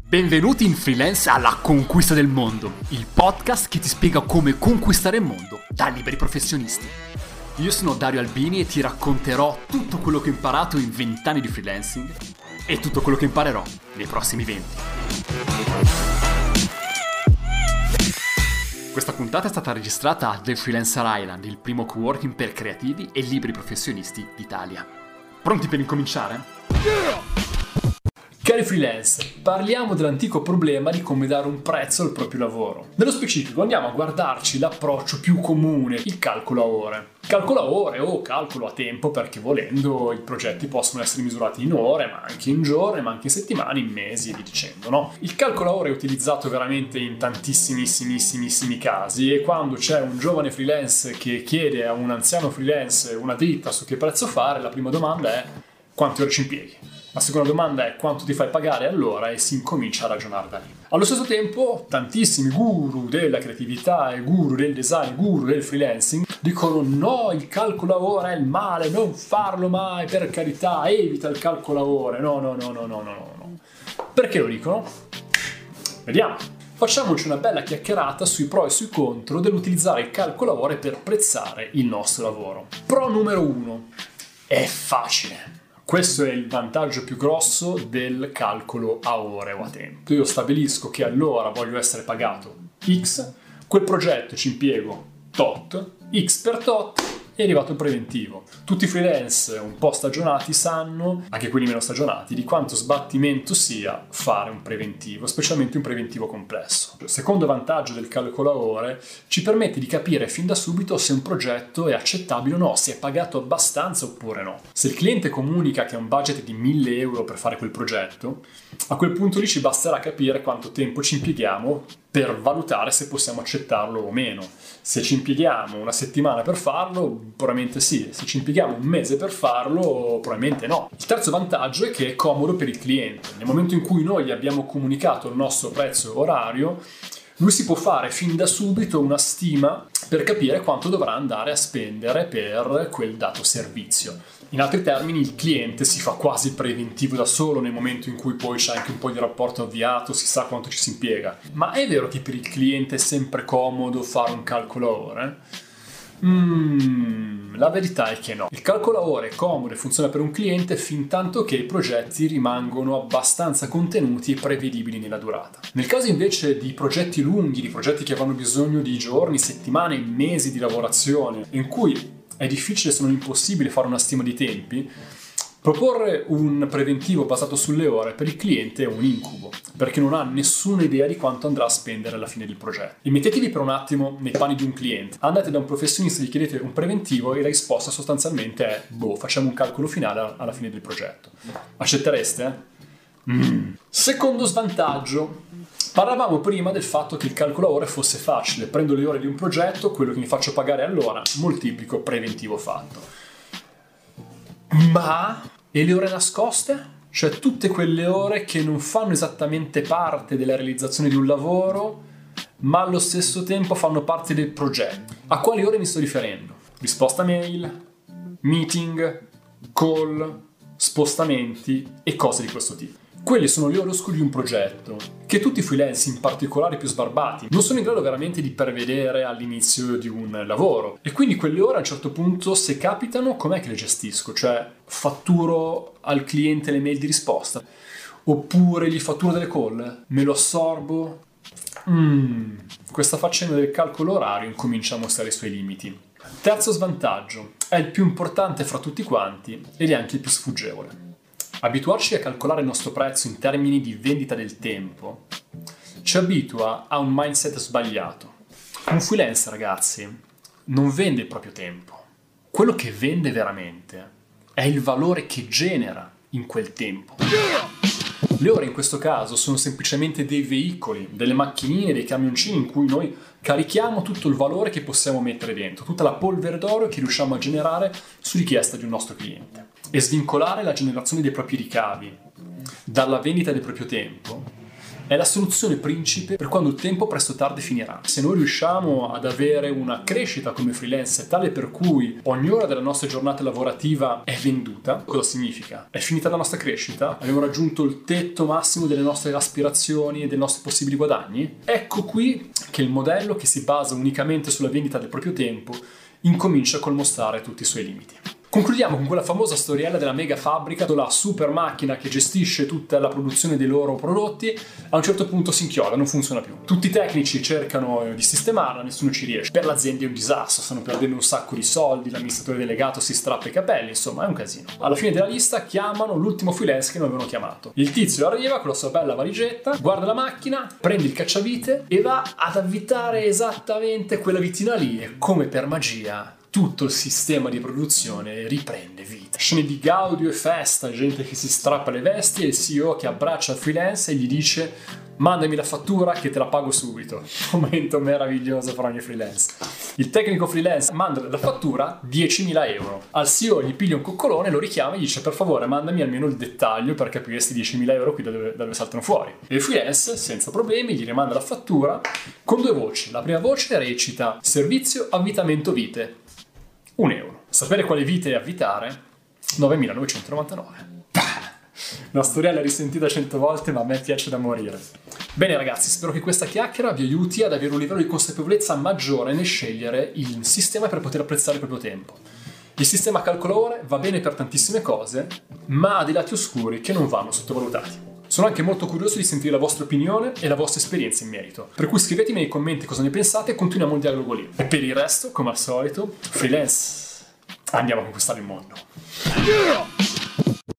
Benvenuti in Freelance alla conquista del mondo, il podcast che ti spiega come conquistare il mondo da liberi professionisti. Io sono Dario Albini e ti racconterò tutto quello che ho imparato in 20 anni di freelancing e tutto quello che imparerò nei prossimi 20. Questa puntata è stata registrata a The Freelancer Island, il primo coworking per creativi e liberi professionisti d'Italia. Pronti per incominciare? Cari freelancer, parliamo dell'antico problema di come dare un prezzo al proprio lavoro. Nello specifico andiamo a guardarci l'approccio più comune, il calcolo a ore. Calcolo a ore o calcolo a tempo, perché volendo i progetti possono essere misurati in ore, ma anche in giorni, ma anche in settimane, in mesi e via dicendo, no? Il calcolo a ore è utilizzato veramente in tantissimissimi casi e quando c'è un giovane freelance che chiede a un anziano freelance una dritta su che prezzo fare, la prima domanda è: quante ore ci impieghi? La seconda domanda è: quanto ti fai pagare all'ora? E si incomincia a ragionare da lì. Allo stesso tempo, tantissimi guru della creatività e guru del design, guru del freelancing dicono: no, il calcolo a ore è il male, non farlo mai, per carità, evita il calcolo a ore. No. Perché lo dicono? Vediamo. Facciamoci una bella chiacchierata sui pro e sui contro dell'utilizzare il calcolo a ore per prezzare il nostro lavoro. Pro numero 1: è facile. Questo è il vantaggio più grosso del calcolo a ore o a tempo. Io stabilisco che allora voglio essere pagato X, quel progetto ci impiego tot, X per tot, è arrivato il preventivo. Tutti i freelance un po' stagionati sanno, anche quelli meno stagionati, di quanto sbattimento sia fare un preventivo, specialmente un preventivo complesso. Il secondo vantaggio del calcolo a ore ci permette di capire fin da subito se un progetto è accettabile o no, se è pagato abbastanza oppure no. Se il cliente comunica che ha un budget di 1.000 euro per fare quel progetto, a quel punto lì ci basterà capire quanto tempo ci impieghiamo per valutare se possiamo accettarlo o meno. Se ci impieghiamo una settimana per farlo, probabilmente sì. Se ci impieghiamo un mese per farlo, probabilmente no. Il terzo vantaggio è che è comodo per il cliente. Nel momento in cui noi gli abbiamo comunicato il nostro prezzo orario, lui si può fare fin da subito una stima per capire quanto dovrà andare a spendere per quel dato servizio. In altri termini, il cliente si fa quasi preventivo da solo nel momento in cui poi c'è anche un po' di rapporto avviato, si sa quanto ci si impiega. Ma è vero che per il cliente è sempre comodo fare un calcolo a ore? La verità è che no. Il calcolo a ore è comodo e funziona per un cliente fin tanto che i progetti rimangono abbastanza contenuti e prevedibili nella durata. Nel caso invece di progetti lunghi, di progetti che avranno bisogno di giorni, settimane, mesi di lavorazione, in cui è difficile se non impossibile fare una stima di tempi, proporre un preventivo basato sulle ore per il cliente è un incubo, perché non ha nessuna idea di quanto andrà a spendere alla fine del progetto. E mettetevi per un attimo nei panni di un cliente. Andate da un professionista e gli chiedete un preventivo e la risposta sostanzialmente è: facciamo un calcolo finale alla fine del progetto. Accettereste? Secondo svantaggio. Parlavamo prima del fatto che il calcolo a ore fosse facile. Prendo le ore di un progetto, quello che mi faccio pagare all'ora, moltiplico, preventivo fatto. Ma e le ore nascoste? Cioè tutte quelle ore che non fanno esattamente parte della realizzazione di un lavoro, ma allo stesso tempo fanno parte del progetto. A quali ore mi sto riferendo? Risposta mail, meeting, call, spostamenti e cose di questo tipo. Quelle sono le ore oscure di un progetto che tutti i freelance, in particolare i più sbarbati, non sono in grado veramente di prevedere all'inizio di un lavoro. E quindi quelle ore a un certo punto, se capitano, com'è che le gestisco? Cioè fatturo al cliente le mail di risposta? Oppure gli fatturo delle call? Me lo assorbo? Questa faccenda del calcolo orario incomincia a mostrare i suoi limiti. Terzo svantaggio, è il più importante fra tutti quanti ed è anche il più sfuggevole. Abituarci a calcolare il nostro prezzo in termini di vendita del tempo ci abitua a un mindset sbagliato. Un freelance, ragazzi, non vende il proprio tempo. Quello che vende veramente è il valore che genera in quel tempo. Le ore in questo caso sono semplicemente dei veicoli, delle macchinine, dei camioncini in cui noi carichiamo tutto il valore che possiamo mettere dentro, tutta la polvere d'oro che riusciamo a generare su richiesta di un nostro cliente. E svincolare la generazione dei propri ricavi dalla vendita del proprio tempo È la soluzione principe per quando il tempo presto o tardi finirà. Se noi riusciamo ad avere una crescita come freelance tale per cui ogni ora della nostra giornata lavorativa è venduta, cosa significa? È finita la nostra crescita? Abbiamo raggiunto il tetto massimo delle nostre aspirazioni e dei nostri possibili guadagni? Ecco qui che il modello che si basa unicamente sulla vendita del proprio tempo incomincia col mostrare tutti i suoi limiti. Concludiamo con quella famosa storiella della mega fabbrica, la super macchina che gestisce tutta la produzione dei loro prodotti. A un certo punto si inchioda, non funziona più. Tutti i tecnici cercano di sistemarla, nessuno ci riesce. Per l'azienda è un disastro, stanno perdendo un sacco di soldi, l'amministratore delegato si strappa i capelli, insomma è un casino. Alla fine della lista chiamano l'ultimo freelance che non avevano chiamato. Il tizio arriva con la sua bella valigetta, guarda la macchina, prende il cacciavite e va ad avvitare esattamente quella vitina lì e come per magia tutto il sistema di produzione riprende vita. Scene di gaudio e festa, gente che si strappa le vesti e il CEO che abbraccia il freelance e gli dice: mandami la fattura che te la pago subito. Momento meraviglioso per ogni freelance. Il tecnico freelance manda la fattura, 10.000 euro. Al CEO gli piglia un coccolone, lo richiama e gli dice: per favore mandami almeno il dettaglio per capire questi 10.000 euro qui da dove saltano fuori. E il freelance senza problemi gli rimanda la fattura con due voci. La prima voce recita: servizio avvitamento vite, 1 euro. Sapere quale vite avvitare? 9.999. Una storiella risentita 100 volte, ma a me piace da morire. Bene ragazzi, spero che questa chiacchiera vi aiuti ad avere un livello di consapevolezza maggiore nel scegliere il sistema per poter apprezzare il proprio tempo. Il sistema calcola ore va bene per tantissime cose, ma ha dei lati oscuri che non vanno sottovalutati. Sono anche molto curioso di sentire la vostra opinione e la vostra esperienza in merito. Per cui scrivetemi nei commenti cosa ne pensate e continuiamo il dialogo lì. E per il resto, come al solito, freelance, andiamo a conquistare il mondo.